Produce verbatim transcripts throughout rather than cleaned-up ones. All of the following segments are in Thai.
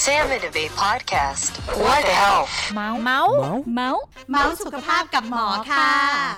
Sam and Abe podcast. What the health? เมาส์เมาส์เมาส์เมาส์สุขภาพกับหมอค่ะ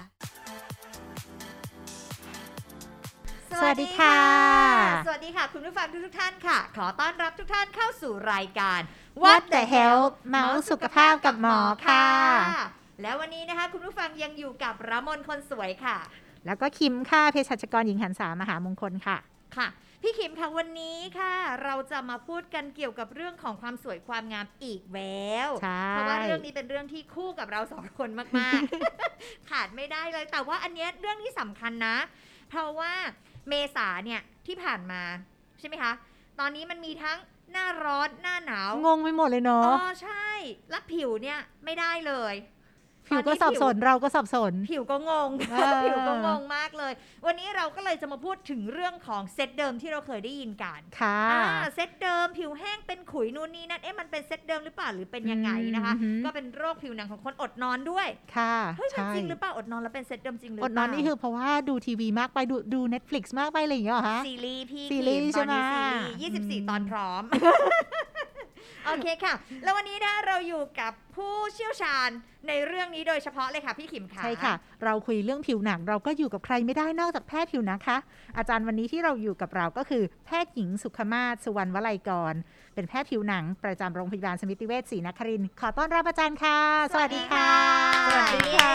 สวัสดีค่ะสวัสดีค่ะคุณผู้ฟังทุกท่านค่ะขอต้อนรับทุกท่านเข้าสู่รายการ What the health เมาส์สุขภาพกับหมอค่ะแล้ววันนี้นะคะคุณผู้ฟังยังอยู่กับรมนคนสวยค่ะแล้วก็คิมค่ะเภสัชกรหญิงหันษามหามงคลค่ะค่ะพี่คิมค่ะวันนี้ค่ะเราจะมาพูดกันเกี่ยวกับเรื่องของความสวยความงามอีกแล้วเพราะว่าเรื่องนี้เป็นเรื่องที่คู่กับเราสองคนมากๆ ขาดไม่ได้เลยแต่ว่าอันเนี้ยเรื่องนี้สำคัญนะเพราะว่าเมษาเนี่ยที่ผ่านมาใช่ไหมคะตอนนี้มันมีทั้งหน้าร้อนหน้าหนาวงงไปหมดเลยเนาะอ๋อใช่แล้วผิวเนี่ยไม่ได้เลยผิวก็สับสนเราก็สับสนผิวก็งง ผิวก็งงมากเลยวันนี้เราก็เลยจะมาพูดถึงเรื่องของเซตเดิมที่เราเคยได้ยินกันค่ะเซตเดิมผิวแห้งเป็นขุยนู่นนี่นั่นเอ๊ะมันเป็นเซตเดิมหรือเปล่าหรือเป็นยังไงนะคะก็เป็นโรคผิวหนังของคนอดนอนด้วยค่ะเฮ้ยจริงหรือเปล่าอดนอนแล้วเป็นเซตเดิมจริงหรือเปล่าอดนอนนี่คือเพราะว่าดูทีวีมากไปดูดู Netflix มากไปอะไรอย่างเงี้ยเหรอคะซีรีส์พี่ซีรีส์ใช่ไหมซีรีส์ยี่สิบสี่ตอนพร้อมโอเคค่ะแล้ววันนี้นะเราอยู่กับผู้เชี่ยวชาญในเรื่องนี้โดยเฉพาะเลยค่ะพี่ขิมค่ะใช่ค่ะเราคุยเรื่องผิวหนังเราก็อยู่กับใครไม่ได้นอกจากแพทย์ผิวนะคะอาจารย์วันนี้ที่เราอยู่กับเราก็คือแพทย์หญิงสุขมาศสุวรรณวลัยกรเป็นแพทย์ผิวหนังประจำโรงพยาบาลสมิติเวชศรีนครินทร์ขอต้อนรับอาจารย์ค่ะสวัสดีค่ะสวัสดีค่ะ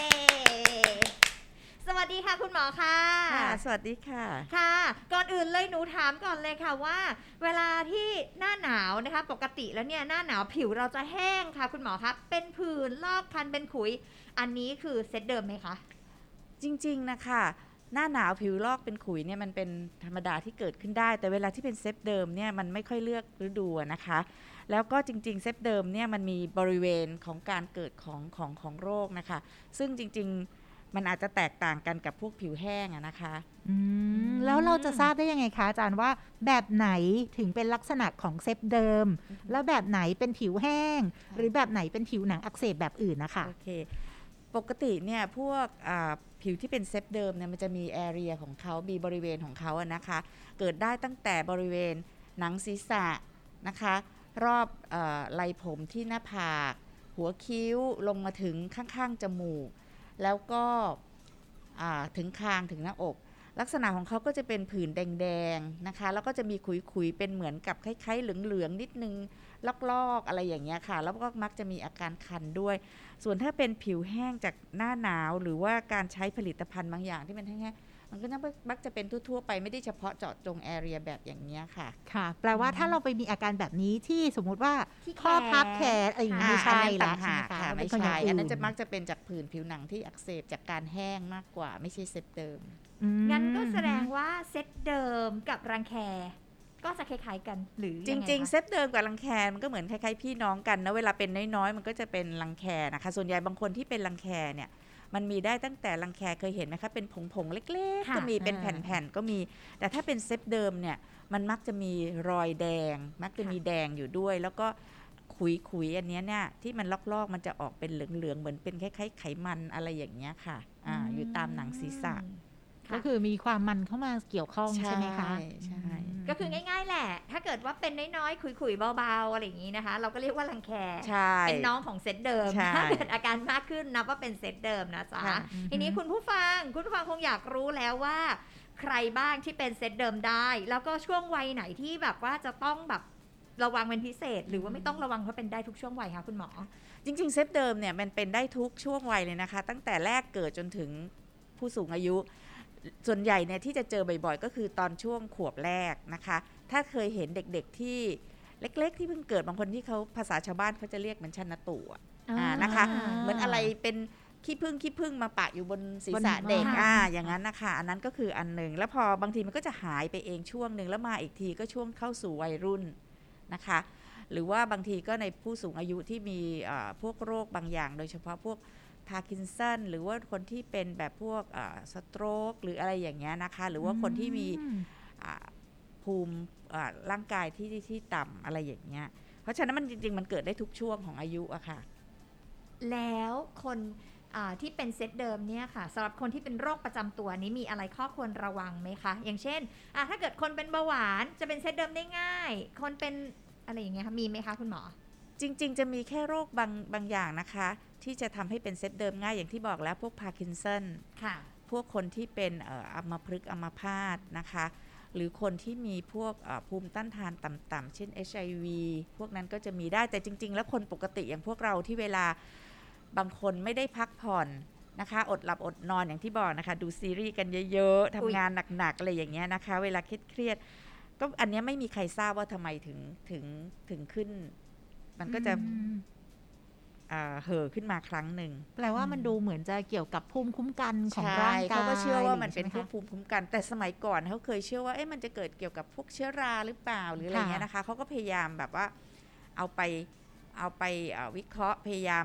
สวัสดีค่ะคุณหมอค่ะสวัสดีค่ะค่ะก่อนอื่นเลยหนูถามก่อนเลยค่ะว่าเวลาที่หน้าหนาวนะคะปกติแล้วเนี่ยหน้าหนาวผิวเราจะแห้งค่ะคุณหมอคะเป็นผื่นลอกคันเป็นขุยอันนี้คือเซตเดิมไหมคะจริงๆนะคะหน้าหนาวผิวลอกเป็นขุยเนี่ยมันเป็นธรรมดาที่เกิดขึ้นได้แต่เวลาที่เป็นเซตเดิมเนี่ยมันไม่ค่อยเลือกฤดูนะคะแล้วก็จริงๆเซตเดิมเนี่ยมันมีบริเวณของการเกิดของของของโรคนะคะซึ่งจริงๆมันอาจจะแตกต่างกันกับพวกผิวแห้งอะนะคะอืมแล้วเราจะทราบได้ยังไงคะอาจารย์ว่าแบบไหนถึงเป็นลักษณะของเซตเดิมแล้วแบบไหนเป็นผิวแห้งหรือแบบไหนเป็นผิวหนังอักเสบแบบอื่นนะคะโอเคปกติเนี่ยพวกผิวที่เป็นเซตเดิมเนี่ยมันจะมีแอเรียของเขามีบริเวณของเขาอะนะคะเกิดได้ตั้งแต่บริเวณหนังศีรษะนะคะรอบเอ่อไหล่ผมที่หน้าผากหัวคิ้วลงมาถึงข้างๆจมูกแล้วก็ถึงคางถึงหน้าอกลักษณะของเขาก็จะเป็นผื่นแดงๆนะคะแล้วก็จะมีขุยๆเป็นเหมือนกับคล้ายๆเหลืองๆนิดนึงลอกๆอะไรอย่างเงี้ยค่ะแล้วก็มักจะมีอาการคันด้วยส่วนถ้าเป็นผิวแห้งจากหน้าหนาวหรือว่าการใช้ผลิตภัณฑ์บางอย่างที่เป็นแห้งๆมันก็มักจะเป็นทั่วๆไปไม่ได้เฉพาะเจาะจงแอเรียแบบอย่างเงี้ยค่ะค่ะแปลว่าถ้าเราไปมีอาการแบบนี้ที่สมมุติว่าข้อพับแขนอะไรอย่างเงี้ยไม่ใช่ละใช่ไหมคะไม่ใช่อันนั้นจะมักจะเป็นจากผื่นผิวหนังที่อักเสบจากการแห้งมากกว่าไม่ใช่เซตเดิมงั้นก็แสดงว่าเซตเดิมกับรังแคก็จะคล้ายๆกันหรือจริงๆเซตเดิมกับรังแคมันก็เหมือนคล้ายๆพี่น้องกันนะเวลาเป็นน้อยๆมันก็จะเป็นรังแคนะคะส่วนใหญ่บางคนที่เป็นรังแคเนี่ยมันมีได้ตั้งแต่รังแคเคยเห็นไหมคะเป็นผงๆเล็กๆก็มีเป็นแผ่นๆก็มีแต่ถ้าเป็นเซตเดิมเนี่ยมันมักจะมีรอยแดงมักจะมีแดงอยู่ด้วยแล้วก็ขุยๆอันนี้เนี่ยที่มันลอกๆมันจะออกเป็นเหลืองๆเหมือนเป็นคล้ายๆไขมันอะไรอย่างเงี้ยค่ะ อ, อยู่ตามหนังศีรษะก็คือมีความมันเข้ามาเกี่ยวข้องใช่ไหมคะใช่ก็คือง่ายๆแหละถ้าเกิดว่าเป็นน้อยๆขุยๆเบาๆอะไรอย่างนี้นะคะเราก็เรียกว่ารังแคเป็นน้องของเซตเดิมถ้าเกิดอาการมากขึ้นนับว่าเป็นเซตเดิมนะจ๊ะทีนี้คุณผู้ฟังคุณผู้ฟังคงอยากรู้แล้วว่าใครบ้างที่เป็นเซตเดิมได้แล้วก็ช่วงวัยไหนที่แบบว่าจะต้องแบบระวังเป็นพิเศษหรือว่าไม่ต้องระวังเพราะเป็นได้ทุกช่วงวัยคะคุณหมอจริงๆเซตเดิมเนี่ยมันเป็นได้ทุกช่วงวัยเลยนะคะตั้งแต่แรกเกิดจนถึงผู้สูงอายุส่วนใหญ่เนี่ยที่จะเจอบ่อยๆก็คือตอนช่วงขวบแรกนะคะถ้าเคยเห็นเด็กๆที่เล็กๆที่เพิ่งเกิดบางคนที่เขาภาษาชาวบ้านเขาจะเรียกเหมือนชันตุอ่ะนะคะเหมือนอะไรเป็นขี้ผึ้งขี้ผึ้งมาปะอยู่บนศีรษะเด็กอ่าอย่างนั้นนะคะอันนั้นก็คืออันหนึ่งแล้วพอบางทีมันก็จะหายไปเองช่วงหนึ่งแล้วมาอีกทีก็ช่วงเข้าสู่วัยรุ่นนะคะหรือว่าบางทีก็ในผู้สูงอายุที่มีพวกโรคบางอย่างโดยเฉพาะพวกพาร์กินสันหรือว่าคนที่เป็นแบบพวกสโตรกหรืออะไรอย่างเงี้ยนะคะหรือว่าคนที่มีภูมิร่างกายที่ที่ต่ำอะไรอย่างเงี้ยเพราะฉะนั้นมันจริงๆมันเกิดได้ทุกช่วงของอายุอะค่ะแล้วคนที่เป็นเซตเดิมเนี่ยค่ะสำหรับคนที่เป็นโรคประจำตัวนี้มีอะไรข้อควรระวังไหมคะอย่างเช่นถ้าเกิดคนเป็นเบาหวานจะเป็นเซตเดิมได้ง่ายคนเป็นอะไรอย่างเงี้ยค่ะมีไหมคะคุณหมอจริงๆจะมีแค่โรคบางบางอย่างนะคะที่จะทำให้เป็นเซตเดิมง่ายอย่างที่บอกแล้วพวกพาร์กินสันค่ะพวกคนที่เป็นเอ่ออัมพฤกษ์อัมพาตนะคะหรือคนที่มีพวกภูมิต้านทานต่ำๆเช่น เอช ไอ วี พวกนั้นก็จะมีได้แต่จริงๆแล้วคนปกติอย่างพวกเราที่เวลาบางคนไม่ได้พักผ่อนนะคะอดหลับอดนอนอย่างที่บอกนะคะดูซีรีส์กันเยอะๆทำงานหนักๆอะไรอย่างเงี้ยนะคะเวลาเครียดๆก็อันนี้ไม่มีใครทราบว่าทำไมถึงถึงถึงขึ้นมันก็จะเห่อขึ้นมาครั้งหนึ่งแปลว่ามันดูเหมือนจะเกี่ยวกับภูมิคุ้มกันของร่างกายเขาก็เชื่อว่ามันเป็นพวกภูมิคุ้มกันแต่สมัยก่อนเขาเคยเชื่อว่าเอ๊ะมันจะเกิดเกี่ยวกับพวกเชื้อราหรือเปล่าหรืออะไรเงี้ยนะคะเขาก็พยายามแบบว่าเอาไปเอาไปวิเคราะห์พยายาม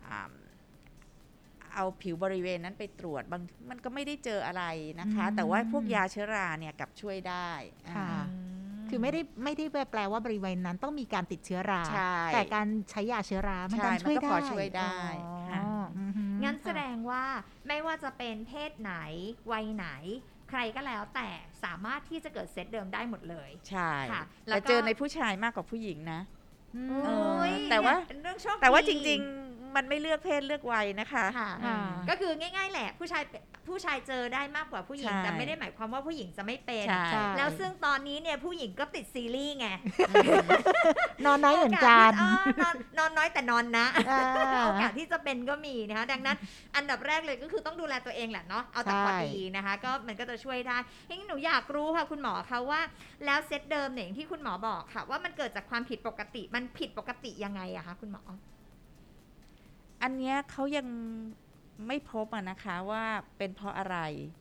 เอาผิวบริเวณนั้นไปตรวจบางมันก็ไม่ได้เจออะไรนะคะแต่ว่าพวกยาเชื้อราเนี่ยกลับช่วยได้คือไม่ได้ไม่ได้แปลว่าบริเวณนั้นต้องมีการติดเชื้อราแต่การใช้ยาเชื้อรามันก็ช่วยได้ช่วยได้งั้นแสดงว่าไม่ว่าจะเป็นเพศไหนวัยไหนใครก็แล้วแต่สามารถที่จะเกิดเซตเดิมได้หมดเลยใช่แต่เจอในผู้ชายมากกว่าผู้หญิงนะแต่ว่าแต่ว่าจริงๆมันไม่เลือกเพศเลือกวัยนะคะก็คือง่ายๆแหละผู้ชายผู้ชายเจอได้มากกว่าผู้หญิงแต่ไม่ได้หมายความว่าผู้หญิงจะไม่เป็นแล้วซึ่งตอนนี้เนี่ยผู้หญิงก็ติดซีรีส์ไงนอนน้อยเหมือนกันนอนน้อยแต่นอนนะโอกาสที่จะเป็นก็มีนะคะดังนั้นอันดับแรกเลยก็คือต้องดูแลตัวเองแหละเนาะเอาแต่พอดีนะคะก็มันก็จะช่วยได้ทีนี้หนูอยากรู้ค่ะคุณหมอคะว่าแล้วเซตเดิมเนี่ยที่คุณหมอบอกค่ะว่ามันเกิดจากความผิดปกติมันผิดปกติยังไงอะคะคุณหมออันเนี้ยเขายังไม่พบอะนะคะว่าเป็นเพราะอะไร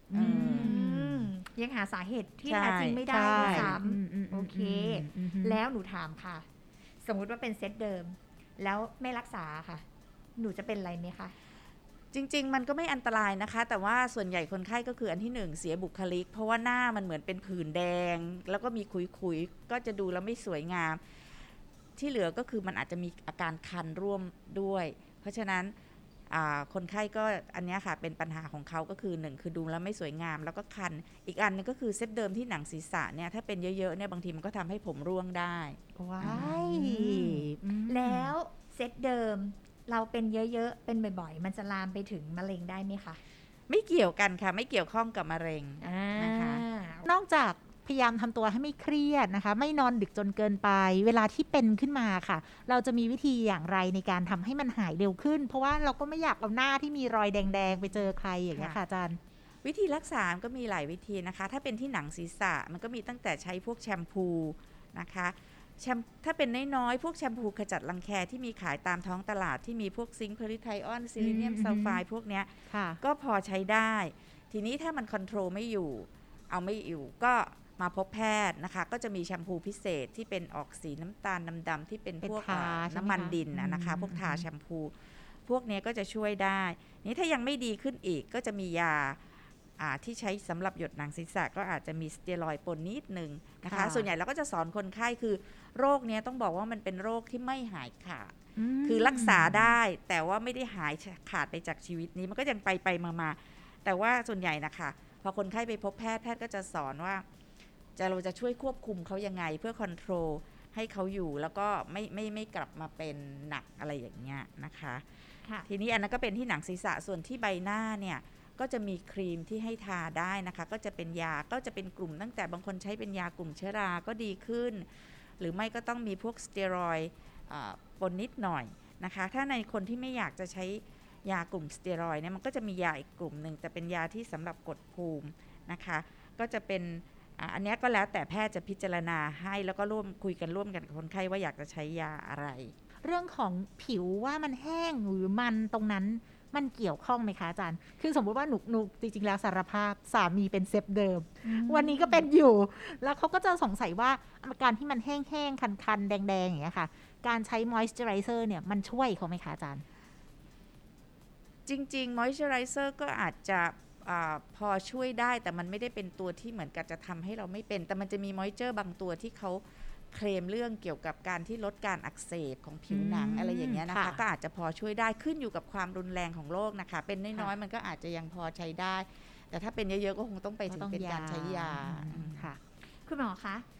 ยังหาสาเหตุที่แท้จริงไม่ได้ด้วยซ้ำโอเคแล้วหนูถามค่ะสมมุติว่าเป็นเซตเดิมแล้วไม่รักษาค่ะหนูจะเป็นอะไรไหมคะจริงๆมันก็ไม่อันตรายนะคะแต่ว่าส่วนใหญ่คนไข้ก็คืออันที่หนึ่งเสียบุคลิกเพราะว่าหน้ามันเหมือนเป็นผื่นแดงแล้วก็มีขุยๆก็จะดูแล้วไม่สวยงามที่เหลือก็คือมันอาจจะมีอาการคันร่วมด้วยเพราะฉะนั้นคนไข้ก็อันนี้ค่ะเป็นปัญหาของเขาก็คือหนึ่งคือดูแล้วไม่สวยงามแล้วก็คันอีกอันนึงก็คือเซตเดิมที่หนังศีรษะเนี่ยถ้าเป็นเยอะๆเนี่ยบางทีมันก็ทำให้ผมร่วงได้ว้ายแล้วเซตเดิมเราเป็นเยอะๆเป็นบ่อยๆมันจะลามไปถึงมะเร็งได้ไหมคะไม่เกี่ยวกันค่ะไม่เกี่ยวข้องกับมะเร็งนะคะนอกจากพยายามทำตัวให้ไม่เครียดนะคะไม่นอนดึกจนเกินไปเวลาที่เป็นขึ้นมาค่ะเราจะมีวิธีอย่างไรในการทำให้มันหายเร็วขึ้นเพราะว่าเราก็ไม่อยากเอาหน้าที่มีรอยแดงๆไปเจอใครอย่างเงี้ยค่ะอาจารย์วิธีรักษาก็มีหลายวิธีนะคะถ้าเป็นที่หนังศีรษะมันก็มีตั้งแต่ใช้พวกแชมพูนะคะแชมถ้าเป็นน้อยๆพวกแชมพูขจัดรังแคที่มีขายตามท้องตลาดที่มีพวกซิงค์เพอริไทออนซิลิเนียมซัลไฟด์พวกเนี้ยก็พอใช้ได้ทีนี้ถ้ามันคอนโทรลไม่อยู่เอาไม่อยู่ก็มาพบแพทย์นะคะก็จะมีแชมพูพิเศษที่เป็นออกสีน้ำตาลดำๆที่เป็นพวกน้ำมันดินนะคะพวกทาแชมพูพวกนี้ก็จะช่วยได้นี้ถ้ายังไม่ดีขึ้นอีกก็จะมียาที่ใช้สำหรับหยดหนังศีรษะก็อาจจะมีสเตียรอยด์ปนนิดนึงนะคะส่วนใหญ่เราก็จะสอนคนไข้คือโรคนี้ต้องบอกว่ามันเป็นโรคที่ไม่หายขาดคือรักษาได้แต่ว่าไม่ได้หายขาดไปจากชีวิตนี้มันก็ยังไปไปมาๆแต่ว่าส่วนใหญ่นะคะพอคนไข้ไปพบแพทย์แพทย์ก็จะสอนว่าจะเราจะช่วยควบคุมเขายังไงเพื่อคอนโทรลให้เขาอยู่แล้วก็ไม่ไม่ไม่กลับมาเป็นหนักอะไรอย่างเงี้ยนะคะทีนี้อันนั้นก็เป็นที่หนังศีรษะส่วนที่ใบหน้าเนี่ยก็จะมีครีมที่ให้ทาได้นะคะก็จะเป็นยาก็จะเป็นกลุ่มตั้งแต่บางคนใช้เป็นยากลุ่มเชื้อราก็ดีขึ้นหรือไม่ก็ต้องมีพวกสเตียรอยด์ปนนิดหน่อยนะคะถ้าในคนที่ไม่อยากจะใช้ยากลุ่มสเตียรอยด์เนี่ยมันก็จะมียาอีกกลุ่มหนึ่งแต่เป็นยาที่สำหรับกดภูมินะคะก็จะเป็นอันนี้ก็แล้วแต่แพทย์จะพิจารณาให้แล้วก็ร่วมคุยกันร่วมกันกับคนไข้ว่าอยากจะใช้ยาอะไรเรื่องของผิวว่ามันแห้งหรือมันตรงนั้นมันเกี่ยวข้องไหมคะอาจารย์คือสมมติว่าหนุกนุกจริงๆแล้วสารภาพสามีเป็นเซฟเดิมวันนี้ก็เป็นอยู่แล้วเขาก็จะสงสัยว่าอาการที่มันแห้งๆคันๆแดงๆอย่างเงี้ยค่ะการใช้มอยส์เจอไรเซอร์เนี่ยมันช่วยเขาไหมคะอาจารย์จริงๆมอยส์เจอไรเซอร์ก็อาจจะอพอช่วยได้แต่มันไม่ได้เป็นตัวที่เหมือนกับจะทำให้เราไม่เป็นแต่มันจะมีมอยเจอร์บางตัวที่เขาเคลมเรื่องเกี่ยวกับการที่ลดการอักเสบของผิวหนังอะไรอย่างเงี้ยนะคะก็อาจจะพอช่วยได้ขึ้นอยู่กับความรุนแรงของโรคนะคะเป็นน้อยๆมันก็อาจจะยังพอใช้ได้แต่ถ้าเป็นเยอะๆก็คงต้องไปถึงเป็นการใช้ยาค่ะคุณหมอคะ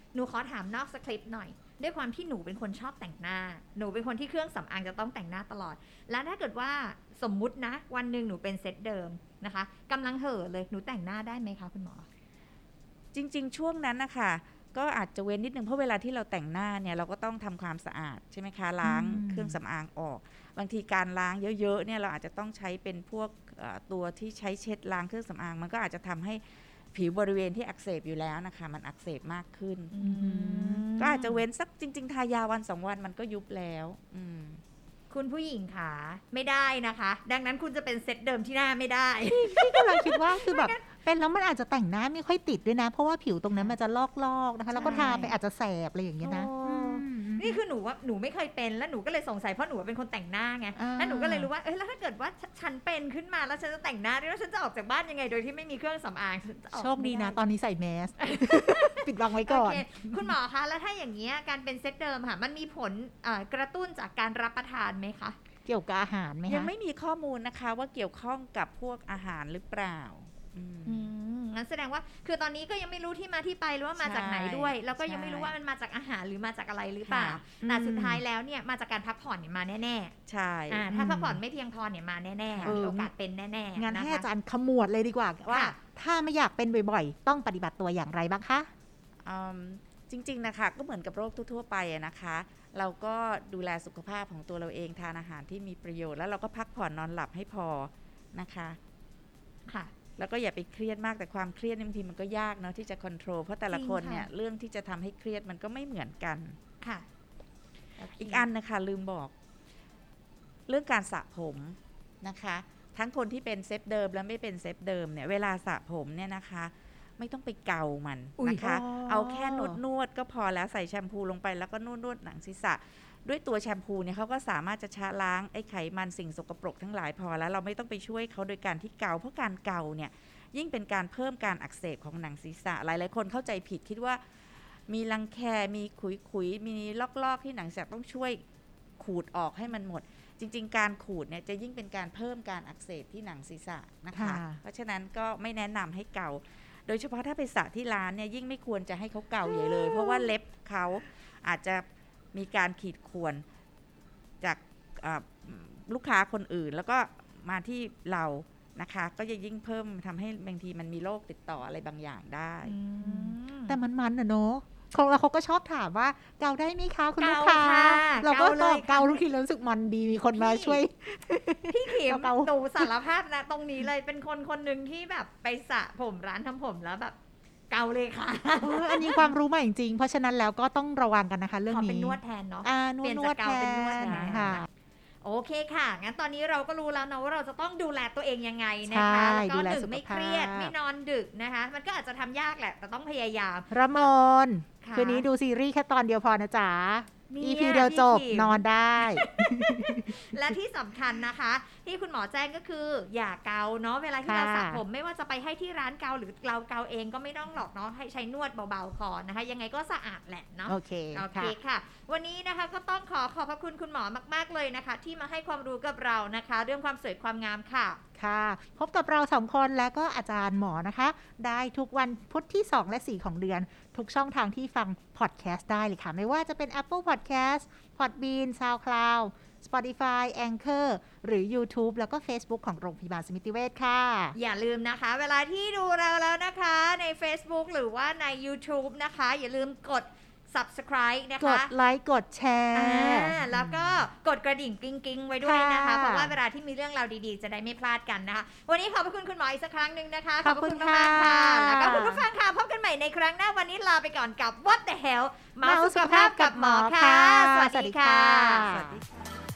หนูขอถามนอกสคริปต์หน่อยด้วยความที่หนูเป็นคนชอบแต่งหน้าหนูเป็นคนที่เครื่องสำอางจะต้องแต่งหน้าตลอดแล้วถ้าเกิดว่าสมมุตินะวันหนึ่งหนูเป็นเซตเดิมนะคะกำลังเห่อเลยหนูแต่งหน้าได้ไหมคะคุณหมอจริงๆช่วงนั้นนะคะก็อาจจะเว้นนิดนึงเพราะเวลาที่เราแต่งหน้าเนี่ยเราก็ต้องทำความสะอาดใช่ไหมคะล้างเครื่องสำอางออกบางทีการล้างเยอะๆเนี่ยเราอาจจะต้องใช้เป็นพวกตัวที่ใช้เช็ดล้างเครื่องสำอางมันก็อาจจะทำให้ผิวบริเวณที่อักเสบอยู่แล้วนะคะมันอักเสบมากขึ้นก็อาจจะเว้นสักจริงๆทายาวันสองวันมันก็ยุบแล้วคุณผู้หญิงค่ะไม่ได้นะคะดังนั้นคุณจะเป็นเซตเดิมที่หน้าไม่ได้พี่กำลังคิดว่าคือแบบเป็นแล้วมันอาจจะแต่งหน้าไม่ค่อยติดด้วยนะเพราะว่าผิวตรงนั้นมันจะลอกๆนะคะแล้วก็ทาไปอาจจะแสบอะไรอย่างเงี้ยนะนี่คือหนูว่าหนูไม่เคยเป็นแล้วหนูก็เลยสงสัยเพราะหนูเป็นคนแต่งหน้าไงแล้วหนูก็เลยรู้ว่าเอ้ยแล้วถ้าเกิดว่าฉันเป็นขึ้นมาแล้วฉันจะแต่งหน้าแล้วฉันจะออกจากบ้านยังไงโดยที่ไม่มีเครื่องสำอางโชคดีนะตอนนี้ใส่แมสปิดบังไว้ก่อนคุณหมอคะแล้วถ้าอย่างเงี้ยการเป็นเซตเดิมค่ะมันมีผลกระตุ้นจากการรับประทานไหมคะเกี่ยวกับอาหารไหมคะยังไม่มีข้อมูลนะคะว่าเกี่ยวข้องกับพวกอาหารหรือเปล่างั้นแสดงว่าคือตอนนี้ก็ยังไม่รู้ที่มาที่ไปหรือว่ามาจากไหนด้วยแล้วก็ยังไม่รู้ว่ามันมาจากอาหารหรือมาจากอะไรหรือเปล่าแต่สุดท้ายแล้วเนี่ยมาจากการพักผ่อนเนี่ยมาแน่ๆใช่ถ้าพักผ่อนไม่เพียงพอเนี่ยมาแน่ๆมีโอกาสเป็นแน่ๆงั้นให้อาจารย์ขมวดเลยดีกว่าว่าถ้าไม่อยากเป็นบ่อยๆต้องปฏิบัติตัวอย่างไรบ้างคะจริงๆนะคะก็เหมือนกับโรคทั่วๆไปนะคะเราก็ดูแลสุขภาพของตัวเราเองทานอาหารที่มีประโยชน์แล้วเราก็พักผ่อนนอนหลับให้พอนะคะค่ะแล้วก็อย่าไปเครียดมากแต่ความเครียดบางทีมันก็ยากเนาะที่จะควบคุมเพราะแต่ละคนเนี่ยเรื่องที่จะทำให้เครียดมันก็ไม่เหมือนกันค่ะอีกอันนะคะลืมบอกเรื่องการสระผมนะคะทั้งคนที่เป็นเซฟเดิมและไม่เป็นเซฟเดิมเนี่ยเวลาสระผมเนี่ยนะคะไม่ต้องไปเกามันนะคะเอาแค่นวดนวดก็พอแล้วใส่แชมพูลงไปแล้วก็นวดนวดหนังศีรษะด้วยตัวแชมพูเนี่ยเขาก็สามารถจะชะล้างไอ้ไขมันสิ่งสกปรกทั้งหลายพอแล้วเราไม่ต้องไปช่วยเขาโดยการที่เกาเพราะการเกาเนี่ยยิ่งเป็นการเพิ่มการอักเสบของหนังศีรษะหลายๆคนเข้าใจผิดคิดว่ามีรังแคมีขุยๆมีลอกๆที่หนังศีรษะต้องช่วยขูดออกให้มันหมดจริงๆการขูดเนี่ยจะยิ่งเป็นการเพิ่มการอักเสบที่หนังศีรษะนะคะเพราะฉะนั้นก็ไม่แนะนำให้เกาโดยเฉพาะถ้าไปสระที่ร้านเนี่ยยิ่งไม่ควรจะให้เขาเกาใหญ่เลยเพราะว่าเล็บเขาอาจจะมีการขีดข่วนจากลูกค้าคนอื่นแล้วก็มาที่เรานะคะก็จะยิ่งเพิ่มทำให้บางทีมันมีโรคติดต่ออะไรบางอย่างได้แต่มันมันอะเนาะของเราเขาก็ชอบถามว่าเกาได้ไหมคะคุณลูกค้าเราก็ตอบเกาทุกทีรู้สึกมันดีมีคนมาช่วยพี่ขิมตูสารภาพนะตรงนี้เลยเป็นคนคนหนึ่งที่แบบไปสระผมร้านทำผมแล้วแบบเกาเลยค่ะอันนี้ความรู้ใหม่จริงเพราะฉะนั้นแล้วก็ต้องระวังกันนะคะเรื่องนี้ขอเป็นนวดแทนเนาะเปลี่ยนจากเกาเป็นนวดแทนค่ะโอเคค่ะงั้นตอนนี้เราก็รู้แล้วนะว่าเราจะต้องดูแลตัวเองยังไงนะคะแล้วก็หนึ่งไม่เครียดไม่นอนดึกนะคะมันก็อาจจะทำยากแหละแต่ต้องพยายามระมนคืนนี้ดูซีรีส์แค่ตอนเดียวพอนะจ๊ะ อี พี เดียวจบนอนได้และที่สำคัญนะคะที่คุณหมอแจ้งก็คืออย่าเกาเนาะเวลาที่เราสระผมไม่ว่าจะไปให้ที่ร้านเกาหรือเราเกาเองก็ไม่ต้องหรอกเนาะให้ใช้นวดเบาๆพอนะคะยังไงก็สะอาดแหละเนาะโอเคโอเคค่ะวันนี้นะคะก็ต้องขอขอบพระคุณคุณหมอมากๆเลยนะคะที่มาให้ความรู้กับเรานะคะเรื่องความสวยความงามค่ะค่ะพบกับเราสองคนและก็อาจารย์หมอนะคะได้ทุกวันพุธที่สองและสี่ของเดือนทุกช่องทางที่ฟังพอดแคสต์ได้เลยค่ะไม่ว่าจะเป็น Apple Podcast Podbean SoundCloud Spotify Anchor หรือ YouTube แล้วก็ Facebook ของโรงพยาบาลสมิติเวชค่ะอย่าลืมนะคะเวลาที่ดูเราแล้วนะคะใน Facebook หรือว่าใน YouTube นะคะอย่าลืมกดsubscribe นะคะกดไลค์กดแชร์แล้วก็กดกระดิ่งกิ๊งๆไว้ด้วยนะคะเพราะว่าเวลาที่มีเรื่องราวดีๆจะได้ไม่พลาดกันนะคะวันนี้ขอบคุณคุณหมออีกสักครั้งหนึ่งนะคะขอบคุณมากค่ะแล้วก็คุณผู้ฟังค่ะพบกันใหม่ในครั้งหน้าวันนี้ลาไปก่อนกับ What the Hell เมาสุขภาพกับหมอค่ะสวัสดีค่ะสวัสดีค่ะ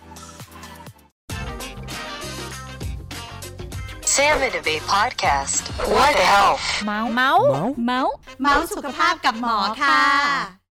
Sam and Debate Podcast What the Hell เมาเมาเมาเมาสุขภาพกับหมอค่ะ